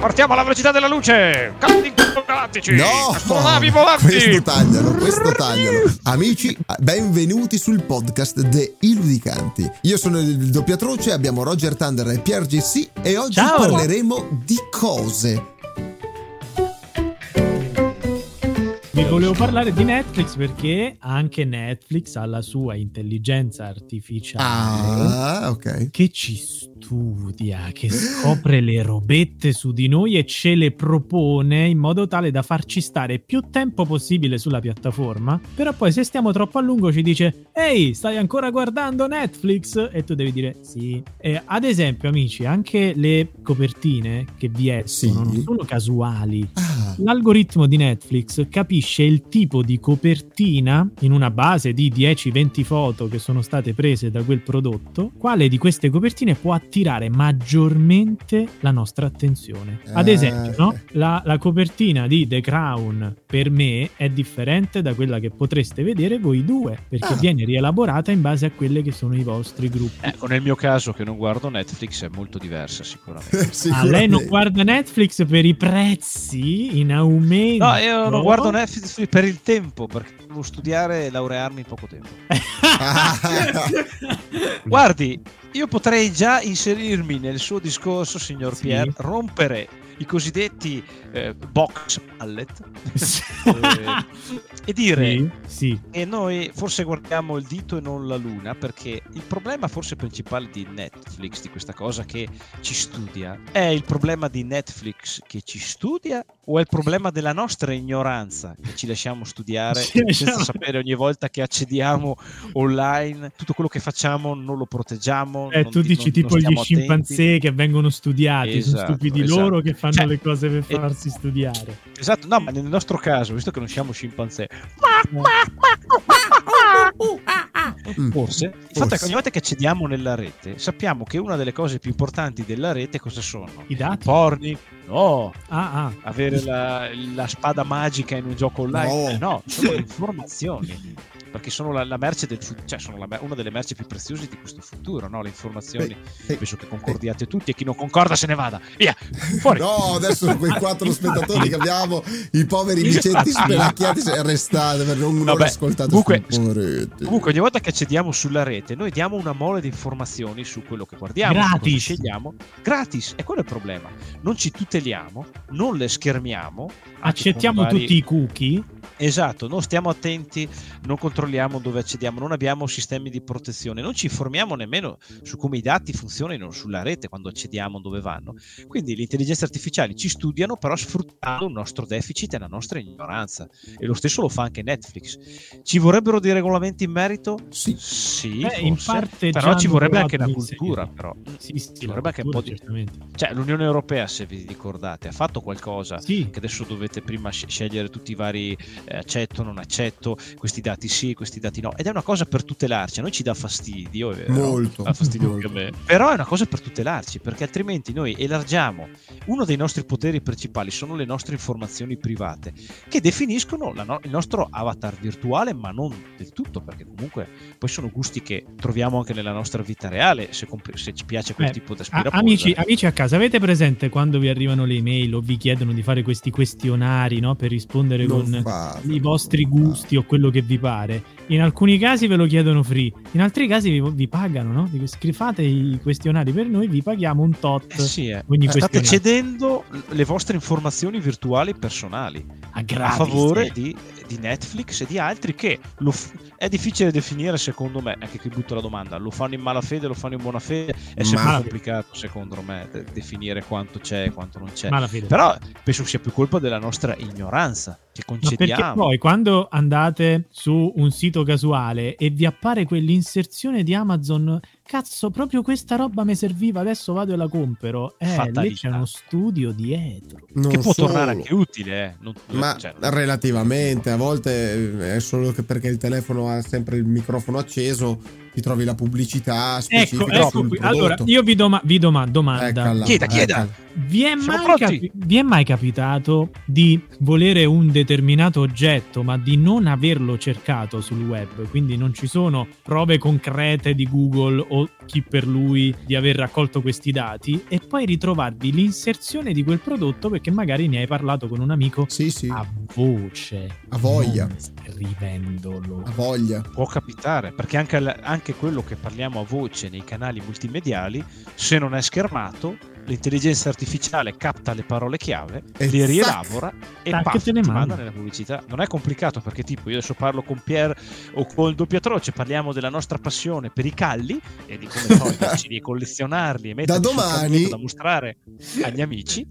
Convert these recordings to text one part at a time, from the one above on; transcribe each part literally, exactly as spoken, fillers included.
Partiamo alla velocità della luce. Campi galattici. No, astronavi volanti. Questo taglialo, questo taglialo. Amici, benvenuti sul podcast de I Ludicanti. Io sono il doppiatroce, abbiamo Roger Thunder e Pier G C e oggi Ciao. parleremo di cose. Vi volevo parlare di Netflix perché anche Netflix ha la sua intelligenza artificiale Ah, ok. che ci studia, che scopre le robette su di noi e ce le propone in modo tale da farci stare più tempo possibile sulla piattaforma, però poi se stiamo troppo a lungo ci dice ehi, stai ancora guardando Netflix? E tu devi dire sì. E ad esempio, amici, anche le copertine che vi escono Sì. non sono casuali. Ah, L'algoritmo di Netflix capisce il tipo di copertina in una base di dieci venti foto che sono state prese da quel prodotto, quale di queste copertine può attirare maggiormente la nostra attenzione. Ad Eh. esempio, no? la, la copertina di The Crown per me è differente da quella che potreste vedere voi due, perché Ah. viene rielaborata in base a quelle che sono i vostri gruppi. Ecco, nel mio caso che non guardo Netflix è molto diversa sicuramente. Ah, sicuramente. lei non guarda Netflix per i prezzi in aumento? No, io non guardo Netflix per il tempo, perché devo studiare e laurearmi in poco tempo. Ah. Guardi, io potrei già inserirmi nel suo discorso, signor Sì. Pier, rompere i cosiddetti eh, box pallet eh, e dire Sì, sì. che noi forse guardiamo il dito e non la luna, perché il problema forse principale di Netflix, di questa cosa che ci studia, è il problema di Netflix che ci studia o è il problema della nostra ignoranza che ci lasciamo studiare Ci lasciamo- senza sapere ogni volta che accediamo online tutto quello che facciamo non lo proteggiamo. Eh, non tu ti- dici non- tipo non gli stiamo attenti. scimpanzé che vengono studiati, sono Esatto, stupidi esatto. loro che fanno Cioè, le cose per e- farsi studiare. Esatto, no, ma nel nostro caso, visto che non siamo scimpanzé, Mm. forse, il fatto è Forse. che ogni volta che accediamo nella rete, sappiamo che una delle cose più importanti della rete cosa sono? I dati? Porni? No. Ah, ah. Avere la, la spada magica in un gioco online? No. Eh, no, sono le informazioni. Perché sono la, la merce del fu- cioè sono la, una delle merci più preziose di questo futuro, no? Le informazioni. Beh, eh, Penso che concordiate tutti e chi non concorda se ne vada. Via, fuori. No, adesso quei quattro spettatori che abbiamo, i poveri vicenti spelacchiati, restate per non Vabbè, aver ascoltato. comunque- sti poveretti. Comunque ogni volta che accediamo sulla rete noi diamo una mole di informazioni su quello che guardiamo, su Gratis. cosa scegliamo, gratis, e quello è il problema. Non ci tuteliamo, non le schermiamo, anche Accettiamo con vari- tutti i cookie. Esatto, non stiamo attenti, non controlliamo dove accediamo, non abbiamo sistemi di protezione, non ci informiamo nemmeno su come i dati funzionano sulla rete quando accediamo, dove vanno. Quindi le intelligenze artificiali ci studiano, però sfruttando il nostro deficit e la nostra ignoranza. E lo stesso lo fa anche Netflix. Ci vorrebbero dei regolamenti in merito? Sì. Sì, Beh, forse. in parte già però ci hanno vorrebbe provato anche una ad cultura, inserire. però. Sì, sì, Ci la vorrebbe anche un po' cultura, di... certamente. Cioè, l'Unione Europea, se vi ricordate, ha fatto qualcosa Sì. che adesso dovete prima sc- scegliere tutti i vari eh, accetto, non accetto, questi dati sì, questi dati no, ed è una cosa per tutelarci. A noi ci dà fastidio, è vero? Molto, Dà fastidio molto. anche a me. Però è una cosa per tutelarci, perché altrimenti noi elargiamo uno dei nostri poteri principali, sono le nostre informazioni private che definiscono la no- il nostro avatar virtuale, ma non del tutto, perché comunque poi sono gusti che troviamo anche nella nostra vita reale, se, comp- se ci piace quel Eh, tipo di A- aspirapolvere. amici, amici a casa, avete presente quando vi arrivano le email o vi chiedono di fare questi questionari, no, per rispondere Non con fatelo, i vostri non gusti o quello che vi pare? In alcuni casi ve lo chiedono free, in altri casi vi, vi pagano, no? Dico, scrivate i questionari per noi, vi paghiamo un tot Eh sì, eh. ogni State questionario. cedendo le vostre informazioni virtuali personali a, a gratis, favore eh. di, di Netflix e di altri che lo f- è difficile definire, secondo me, anche qui butto la domanda, lo fanno in malafede, lo fanno in buona fede, è sempre Ma- complicato secondo me de- definire quanto c'è e quanto non c'è, Malafede. però penso sia più colpa della nostra ignoranza che Ma perché concediamo. poi quando andate su un sito casuale e vi appare quell'inserzione di Amazon, cazzo, proprio questa roba mi serviva, adesso vado e la compro, eh, lì Fatalità. c'è uno studio dietro. Non che può solo. tornare anche utile, eh. non, non- Ma cioè, relativamente, a volte è solo che perché il telefono ha sempre il microfono acceso, ti trovi la pubblicità specifica Ecco, ecco sul qui. prodotto. Allora, io vi, doma- vi doma- domanda. Eccola, Chieda, chieda. eccola. Vi è, Siamo mai pronti? capi- vi è mai capitato di volere un determinato oggetto ma di non averlo cercato sul web, quindi non ci sono prove concrete di Google o chi per lui di aver raccolto questi dati, e poi ritrovarvi l'inserzione di quel prodotto perché magari ne hai parlato con un amico Sì, sì, a voce, A voglia. non scrivendolo. a voglia. Può capitare, perché anche, l- anche quello che parliamo a voce nei canali multimediali, se non è schermato, l'intelligenza artificiale capta le parole chiave, E le zac! rielabora e Tac, paf, te ne ti manda. manda nella pubblicità. Non è complicato, perché tipo io adesso parlo con Pier o con il doppiatroce, parliamo della nostra passione per i calli e di come toglierci, di collezionarli e metterli sul domani- caminetto da mostrare agli amici,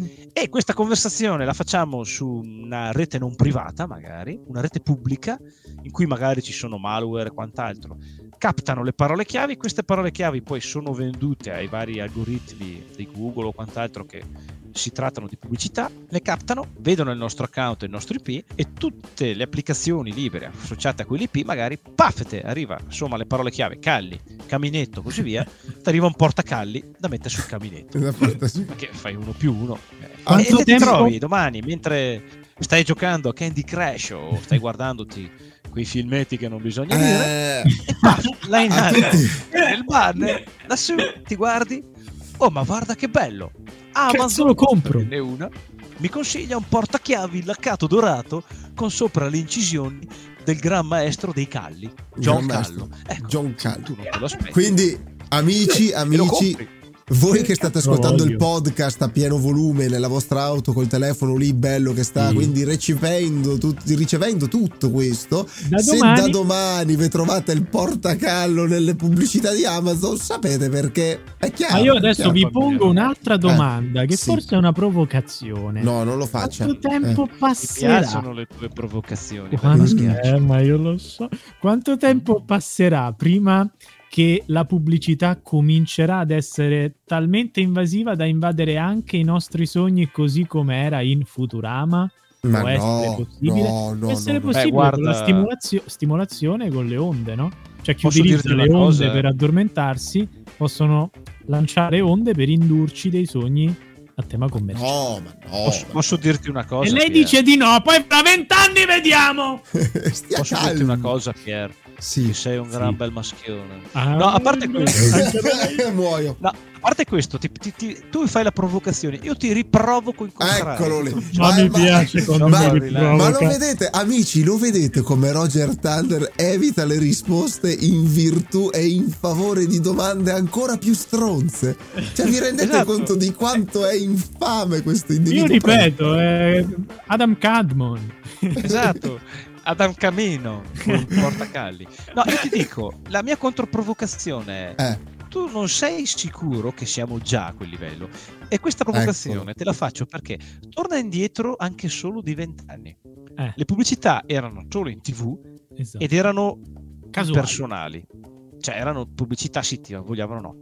e questa conversazione la facciamo su una rete non privata, magari una rete pubblica in cui magari ci sono malware e quant'altro. Captano le parole chiavi, queste parole chiavi poi sono vendute ai vari algoritmi di Google o quant'altro che si trattano di pubblicità, le captano, vedono il nostro account e il nostro I P, e tutte le applicazioni libere associate a quell'I P magari, paffete, arriva insomma le parole chiave calli, caminetto, così via, ti arriva un portacalli da mettere sul caminetto, Una porta su- perché fai uno più uno. Quanto E ti tempo- trovi domani mentre stai giocando a Candy Crush o stai guardandoti quei filmetti che non bisogna dire, Eh, e paf, la a inalza tutti. nel banner, lassù ti guardi, oh ma guarda che bello, Cazzo, lo compro. ne una mi consiglia un portachiavi laccato dorato con sopra le incisioni del gran maestro dei calli, John Gran Callo. Ecco, John Callo. tu non te lo aspetti. Quindi, amici, E lo amici, compri. voi che state Cazzo ascoltando il voglio. podcast a pieno volume nella vostra auto col telefono lì bello che sta, Sì. quindi ricevendo, tut- ricevendo tutto questo, Da se domani- da domani vi trovate il portacallo nelle pubblicità di Amazon, sapete perché è chiaro. Ma io è adesso chiaro. vi pongo un'altra domanda che sì. forse è una provocazione. No, non lo faccia. Quanto tempo Eh. Mi passerà? piacciono le tue provocazioni, Quanto- perché mi schiacci. eh, ma io lo so. Quanto tempo passerà prima che la pubblicità comincerà ad essere talmente invasiva da invadere anche i nostri sogni, così come era in Futurama? Ma Può essere no, possibile? no, no, Può essere no, no. possibile Beh, guarda- con la stimolazio- stimolazione con le onde, no? Cioè chi Posso utilizza dirti le una onde cosa? per addormentarsi possono lanciare onde per indurci dei sogni a tema commerciale. No, ma no. Posso, posso dirti una cosa, E lei Pier? dice di no, poi fra vent'anni vediamo! Stia Posso calmo. dirti una cosa, Pier? Sì. Che sei un gran Sì. bel maschione. Ah, No, a parte questo, anche lei. Muoio. no, a parte questo, ti- ti- ti- tu fai la provocazione, io ti riprovoco in contrario. Eccolo lì. Ma mi piace quando ma- mi ma Ma lo riprovoca. vedete, amici, lo vedete come Roger Thunder evita le risposte in virtù e in favore di domande ancora più stronze? Cioè, vi rendete Esatto. conto di quanto è infame questo individuo? Io ripeto, è Adam Cadmon. Esatto, Adam Camino con il portacalli. No, io ti dico, la mia controprovocazione è: Eh, tu non sei sicuro che siamo già a quel livello, e questa provocazione Eccolo. te la faccio perché torna indietro anche solo di vent'anni. Eh, Le pubblicità erano solo in tivù esatto. ed erano Casuali. personali, cioè erano pubblicità, sì, ti vogliamo o no.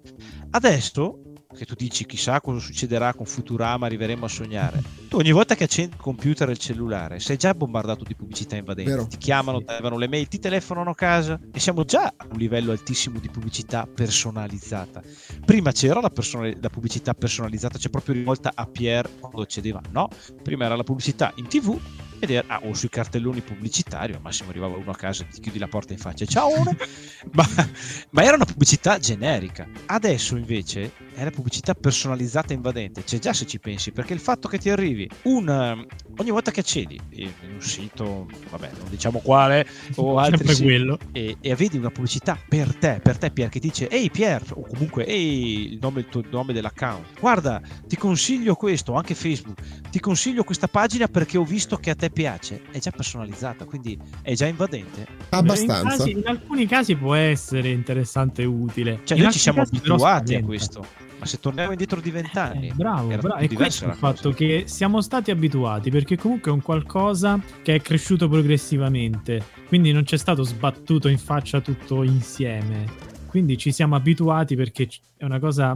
Adesso che tu dici chissà cosa succederà con Futurama, arriveremo a sognare, tu ogni volta che accendi il computer e il cellulare sei già bombardato di pubblicità invadenti. Vero. Ti chiamano, Sì. ti arrivano le mail, ti telefonano a casa, e siamo già a un livello altissimo di pubblicità personalizzata. Prima c'era la, persona- la pubblicità personalizzata, c'è proprio rivolta a Pier quando accedeva, no? Prima era la pubblicità in tivù ed era, ah, o sui cartelloni pubblicitari, al massimo arrivava uno a casa e ti chiudi la porta in faccia, ciao, ma, ma era una pubblicità generica. Adesso invece è la pubblicità personalizzata e invadente, c'è già se ci pensi, perché il fatto che ti arrivi un, ogni volta che accedi in un sito, vabbè, non diciamo quale, o altri Sempre siti, quello. e, e vedi una pubblicità per te, per te Pier, che dice ehi Pier, o comunque ehi il nome, il tuo nome dell'account, guarda ti consiglio questo, anche Facebook, ti consiglio questa pagina perché ho visto che a te piace, è già personalizzata, quindi è già invadente. abbastanza. In, casi- in alcuni casi può essere interessante e utile. Cioè In noi ci altri siamo casi però abituati a spaventa. questo, ma se torniamo indietro di vent'anni Eh, bravo, era bravo. tutto E diverso questo è il la cosa. fatto che siamo stati abituati, perché comunque è un qualcosa che è cresciuto progressivamente, quindi non c'è stato sbattuto in faccia tutto insieme, quindi ci siamo abituati perché c- è una cosa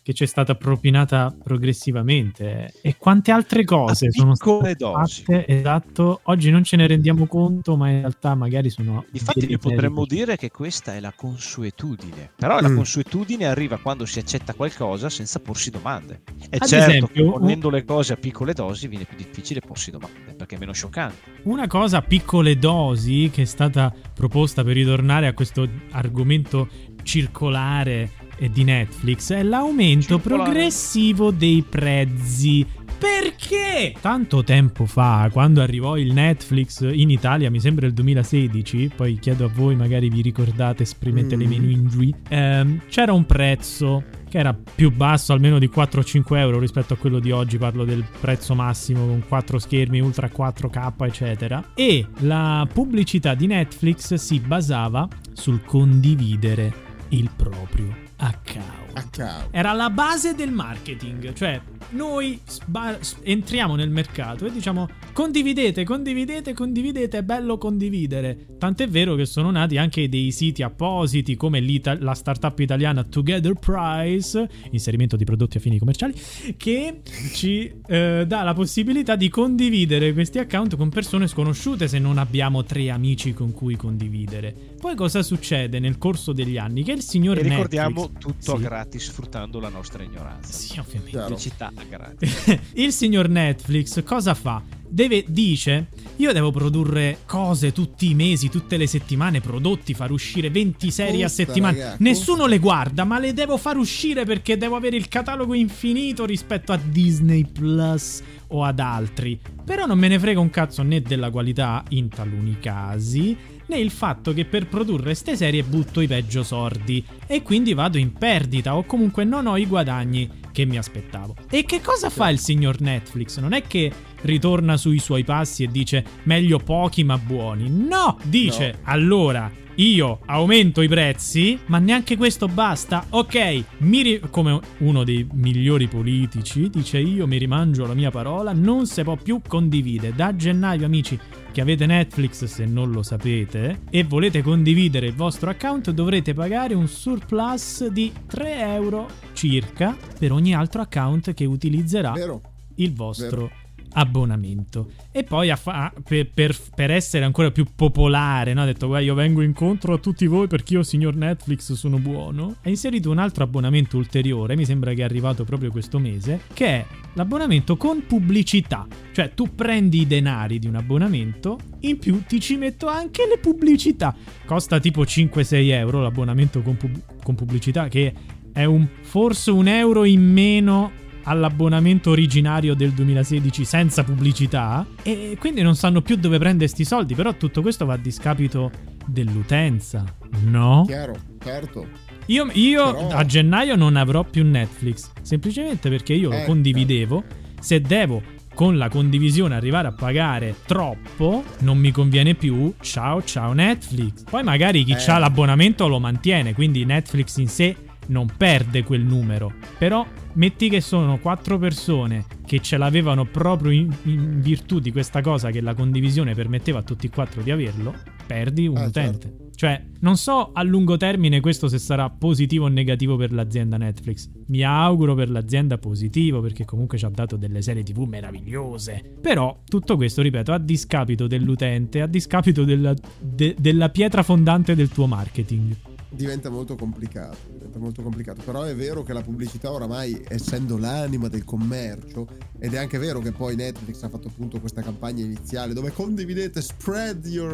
che ci è stata propinata progressivamente, e quante altre cose sono state dosi. fatte, esatto, oggi non ce ne rendiamo conto, ma in realtà magari sono... Infatti potremmo dire che questa è la consuetudine, però mm. la consuetudine arriva quando si accetta qualcosa senza porsi domande. E Ad certo, esempio, ponendo le cose a piccole dosi viene più difficile porsi domande, perché è meno scioccante. Una cosa a piccole dosi che è stata proposta per ritornare a questo argomento circolare di Netflix è l'aumento circolare. progressivo dei prezzi. Perché? Tanto tempo fa, quando arrivò il Netflix in Italia, mi sembra il duemilasedici, poi chiedo a voi, magari vi ricordate, esprimete mm. le menu in giù, ehm, c'era un prezzo che era più basso almeno di quattro o cinque euro rispetto a quello di oggi, parlo del prezzo massimo con quattro schermi, ultra quattro K eccetera, e la pubblicità di Netflix si basava sul condividere il proprio account. account. Era la base del marketing, cioè noi sba- entriamo nel mercato e diciamo condividete, condividete, condividete, è bello condividere. Tant'è vero che sono nati anche dei siti appositi come la startup italiana Together Price, inserimento di prodotti a fini commerciali, che ci eh, dà la possibilità di condividere questi account con persone sconosciute se non abbiamo tre amici con cui condividere. Poi cosa succede nel corso degli anni? Che il signor e ricordiamo Netflix, tutto sì. gratis, sfruttando la nostra ignoranza. Sì, ovviamente. Pubblicità gratis. Il signor Netflix cosa fa? Deve, dice, io devo produrre cose tutti i mesi, tutte le settimane, prodotti, far uscire venti serie costa, a settimana. Ragazzi, Nessuno costa. le guarda, ma le devo far uscire perché devo avere il catalogo infinito rispetto a Disney Plus o ad altri. Però non me ne frega un cazzo né della qualità in taluni casi, né il fatto che per produrre ste serie butto i peggio sordi e quindi vado in perdita o comunque non ho i guadagni che mi aspettavo. E che cosa fa il signor Netflix? Non è che ritorna sui suoi passi e dice meglio pochi ma buoni. No, dice no. Allora io aumento i prezzi, ma neanche questo basta. Ok, mi ri- come uno dei migliori politici dice io mi rimangio la mia parola, non si può più condividere. Da gennaio, amici che avete Netflix, se non lo sapete, e volete condividere il vostro account, dovrete pagare un surplus di tre euro circa per ogni altro account che utilizzerà Vero. il vostro Vero. abbonamento. E poi a fa- per, per, per essere ancora più popolare, no? Ha detto guarda, io vengo incontro a tutti voi perché io signor Netflix sono buono. Ha inserito un altro abbonamento ulteriore, mi sembra che è arrivato proprio questo mese, che è l'abbonamento con pubblicità. Cioè tu prendi i denari di un abbonamento, in più ti ci metto anche le pubblicità. Costa tipo cinque sei euro l'abbonamento con, pub- con pubblicità, che è un forse un euro in meno all'abbonamento originario del duemilasedici senza pubblicità, e quindi non sanno più dove prendere sti soldi. Però tutto questo va a discapito dell'utenza, no? Chiaro, certo. Io, io Però... a gennaio non avrò più Netflix, semplicemente perché io lo eh, condividevo. Se devo con la condivisione arrivare a pagare troppo, non mi conviene più. Ciao ciao Netflix. Poi magari chi eh. ha l'abbonamento lo mantiene, quindi Netflix in sé non perde quel numero. Però metti che sono quattro persone che ce l'avevano proprio in, in virtù di questa cosa che la condivisione permetteva a tutti e quattro di averlo, perdi un ah, utente. certo. Cioè, non so a lungo termine questo se sarà positivo o negativo per l'azienda Netflix. Mi auguro per l'azienda positivo, perché comunque ci ha dato delle serie tivù meravigliose. Però tutto questo, ripeto, a discapito dell'utente, a discapito della, de, della pietra fondante del tuo marketing. Diventa molto complicato, diventa molto complicato. Però è vero che la pubblicità oramai, essendo l'anima del commercio, ed è anche vero che poi Netflix ha fatto appunto questa campagna iniziale dove condividete, spread your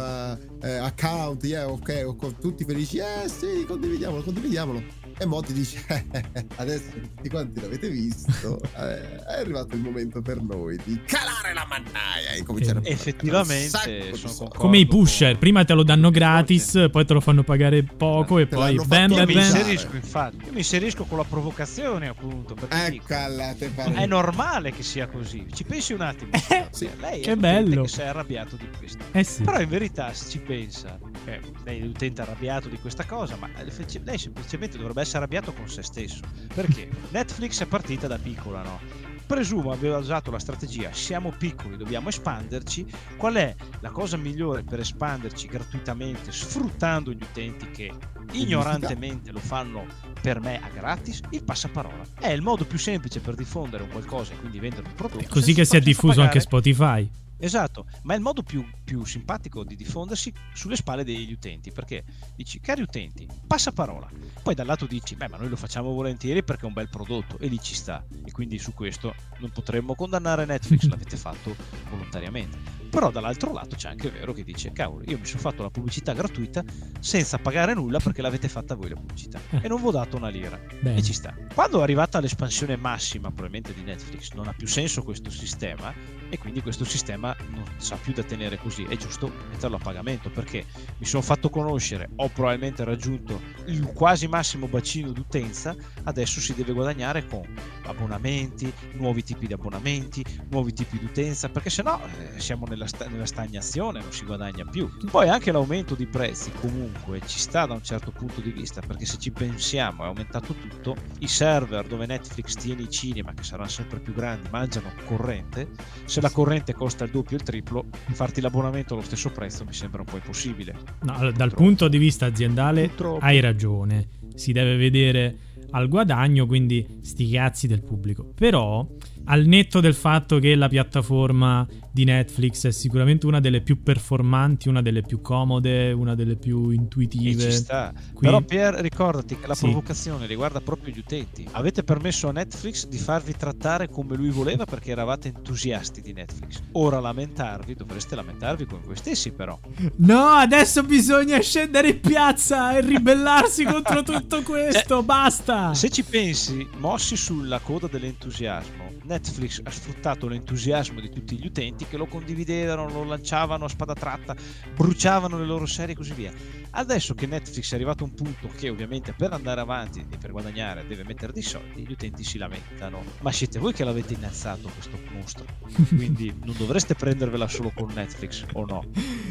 uh, uh, account, yeah, ok, ok, tutti felici, eh sì, condividiamolo, condividiamolo. E mo ti dice, eh, adesso tutti quanti l'avete visto, eh, è arrivato il momento per noi di calare la mannaia e cominciare eh, a effettivamente sono come i pusher, prima te lo danno gratis, poi te lo fanno pagare poco e te poi bam, io bam, mi bam. inserisco, infatti io mi inserisco con la provocazione, appunto, perché dico, Eccola, te pare. è normale che sia così. Ci pensi un attimo, Eh, sì. lei che è bello. che si è arrabbiato di questo, Eh sì. però in verità se ci pensa, eh, lei è l'utente arrabbiato di questa cosa, ma lei semplicemente dovrebbe essere arrabbiato con se stesso, perché Netflix è partita da piccola, no? Presumo aveva usato la strategia siamo piccoli, dobbiamo espanderci. Qual è la cosa migliore per espanderci gratuitamente, sfruttando gli utenti che ignorantemente lo fanno per me a gratis, il passaparola è il modo più semplice per diffondere un qualcosa e quindi vendere un prodotto. È così che si è diffuso anche Spotify. Esatto, ma è il modo più, più simpatico di diffondersi sulle spalle degli utenti, perché dici, cari utenti, passaparola, poi dal lato dici, beh, ma noi lo facciamo volentieri perché è un bel prodotto, e lì ci sta, e quindi su questo non potremmo condannare Netflix, l'avete fatto volontariamente. Però dall'altro lato c'è anche vero che dice, cavolo, io mi sono fatto la pubblicità gratuita senza pagare nulla perché l'avete fatta voi la pubblicità e non vi ho dato una lira. Bene. E ci sta. Quando è arrivata l'espansione massima probabilmente di Netflix non ha più senso questo sistema e quindi questo sistema non sa più da tenere così, è giusto metterlo a pagamento perché mi sono fatto conoscere, ho probabilmente raggiunto il quasi massimo bacino d'utenza, adesso si deve guadagnare con abbonamenti, nuovi tipi di abbonamenti, nuovi tipi di utenza, perché sennò eh, siamo nella, sta- nella stagnazione, non si guadagna più. Poi anche l'aumento di prezzi comunque ci sta da un certo punto di vista, perché se ci pensiamo è aumentato tutto, i server dove Netflix tiene i cinema, che saranno sempre più grandi, mangiano corrente, se la corrente costa il doppio o il triplo, farti l'abbonamento allo stesso prezzo mi sembra un po' impossibile. No, dal Purtroppo. punto di vista aziendale Purtroppo. hai ragione, si deve vedere al guadagno, quindi sti cazzi del pubblico. Però al netto del fatto che la piattaforma di Netflix è sicuramente una delle più performanti, una delle più comode, una delle più intuitive, e ci sta. Qui... Però Pier, ricordati che la sì. provocazione riguarda proprio gli utenti. Avete permesso a Netflix di farvi trattare come lui voleva perché eravate entusiasti di Netflix. Ora lamentarvi, dovreste lamentarvi con voi stessi però. No, adesso bisogna scendere in piazza e ribellarsi contro tutto questo, eh, basta! Se ci pensi, mossi sulla coda dell'entusiasmo, Netflix ha sfruttato l'entusiasmo di tutti gli utenti che lo condividevano, lo lanciavano a spada tratta, bruciavano le loro serie e così via. Adesso che Netflix è arrivato a un punto che ovviamente per andare avanti e per guadagnare deve mettere dei soldi, gli utenti si lamentano. Ma siete voi che l'avete innalzato questo mostro, quindi non dovreste prendervela solo con Netflix, o no?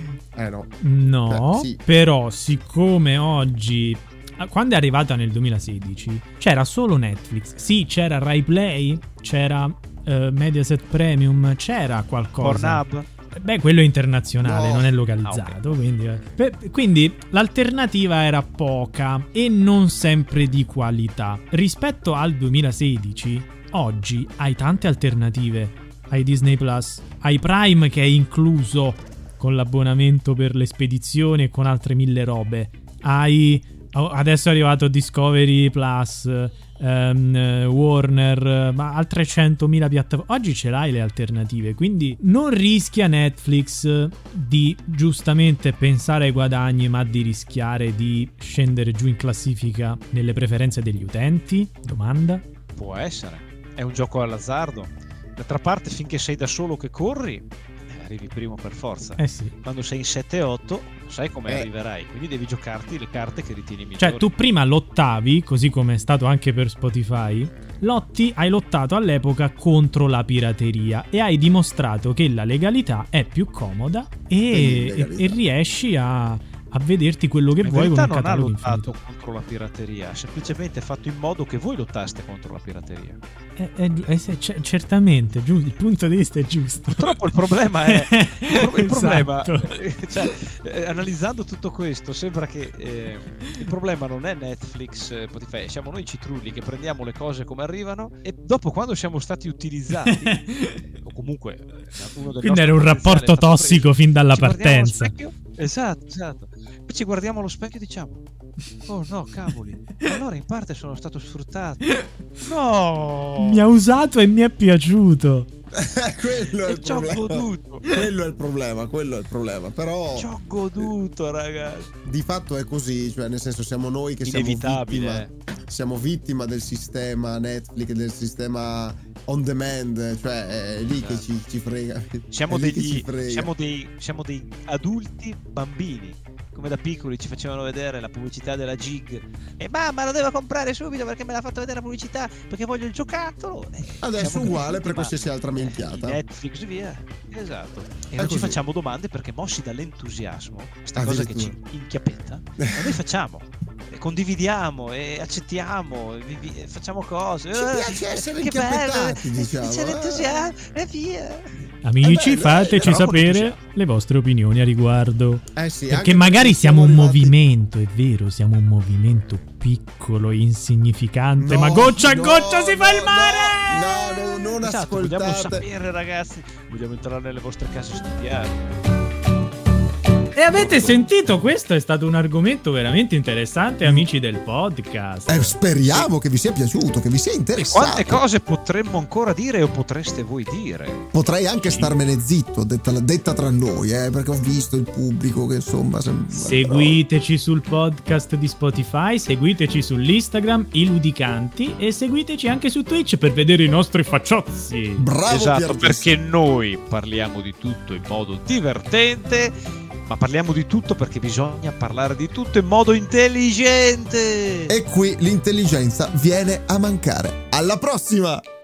Eh no. No, eh, sì. Però siccome oggi... Quando è arrivata nel duemilasedici c'era solo Netflix. Sì, c'era Rai Play, c'era uh, Mediaset Premium, c'era qualcosa. Pornhub? Beh, quello è internazionale, no. non è localizzato. Ah, okay. quindi, eh. per, quindi l'alternativa era poca e non sempre di qualità. Rispetto al duemilasedici, oggi hai tante alternative. Hai Disney Plus, hai Prime che è incluso con l'abbonamento per le spedizioni e con altre mille robe. Hai... Adesso è arrivato Discovery Plus, um, Warner, ma altre centomila piattaforme. Oggi ce l'hai le alternative, quindi non rischia Netflix di giustamente pensare ai guadagni, ma di rischiare di scendere giù in classifica nelle preferenze degli utenti? Domanda? Può essere, è un gioco all'azzardo. D'altra parte, finché sei da solo che corri, arrivi primo per forza. Eh sì. Quando sei in sette otto non sai come eh. arriverai, quindi devi giocarti le carte che ritieni migliori. Cioè tu prima lottavi, così come è stato anche per Spotify, lotti, hai lottato all'epoca contro la pirateria e hai dimostrato che la legalità è più comoda e, e, e riesci a a vederti quello che in vuoi con un non catalogo ha lottato infinito. contro la pirateria, ha semplicemente fatto in modo che voi lottaste contro la pirateria. Eh, eh, eh, c- certamente, giu- il punto di vista è giusto. Purtroppo il problema è il, pro- il problema Esatto. cioè, eh, analizzando tutto questo sembra che eh, il problema non è Netflix, eh, Spotify, siamo noi citrulli che prendiamo le cose come arrivano e dopo quando siamo stati utilizzati o comunque eh, uno del quindi era un rapporto tossico fin dalla partenza. Esatto, esatto. Poi ci guardiamo allo specchio e diciamo: oh no, cavoli, allora in parte sono stato sfruttato. No! Mi ha usato e mi è piaciuto. quello è il ci ho problema. goduto. Quello è il problema, quello è il problema. Però ci ho goduto, ragazzi. Di fatto è così, cioè nel senso siamo noi che siamo vittima, siamo vittima del sistema Netflix, del sistema on demand, cioè è lì che ci, ci frega. Siamo è lì che degli ci frega. siamo dei siamo dei adulti bambini. Come da piccoli ci facevano vedere la pubblicità della Gig e mamma lo devo comprare subito perché me l'ha fatto vedere la pubblicità perché voglio il giocattolo. Eh, adesso uguale per qualsiasi altra minchiata. Netflix via. Esatto. E non ci facciamo domande perché mossi dall'entusiasmo, questa cosa che ci inchiappetta, ma noi facciamo e condividiamo e accettiamo e vi, vi, facciamo cose. Ci piace essere inchiappettati, diciamo. C'è l'entusiasmo e via. Amici, Eh beh, fateci però con sapere entusiasmo. le vostre opinioni a riguardo. Eh sì, Perché anche magari perché siamo un arrivati- movimento, è vero, siamo un movimento piccolo, insignificante, No, ma goccia a no, goccia si fa no, il mare! No, no, non Esatto, vogliamo ascoltate. sapere, ragazzi, vogliamo entrare nelle vostre case e studiare. E avete sentito? Questo è stato un argomento veramente interessante, amici del podcast. Eh, speriamo che vi sia piaciuto, che vi sia E interessato. quante cose potremmo ancora dire o potreste voi dire? Potrei anche starmene zitto, detta, detta tra noi, eh, perché ho visto il pubblico che insomma sembra... Seguiteci sul podcast di Spotify, seguiteci sull'Instagram, i Ludicanti, e seguiteci anche su Twitch per vedere i nostri facciozzi. Bravo Esatto, Pierluigi. perché noi parliamo di tutto in modo divertente, ma parliamo di tutto perché bisogna parlare di tutto in modo intelligente. E qui l'intelligenza viene a mancare. Alla prossima!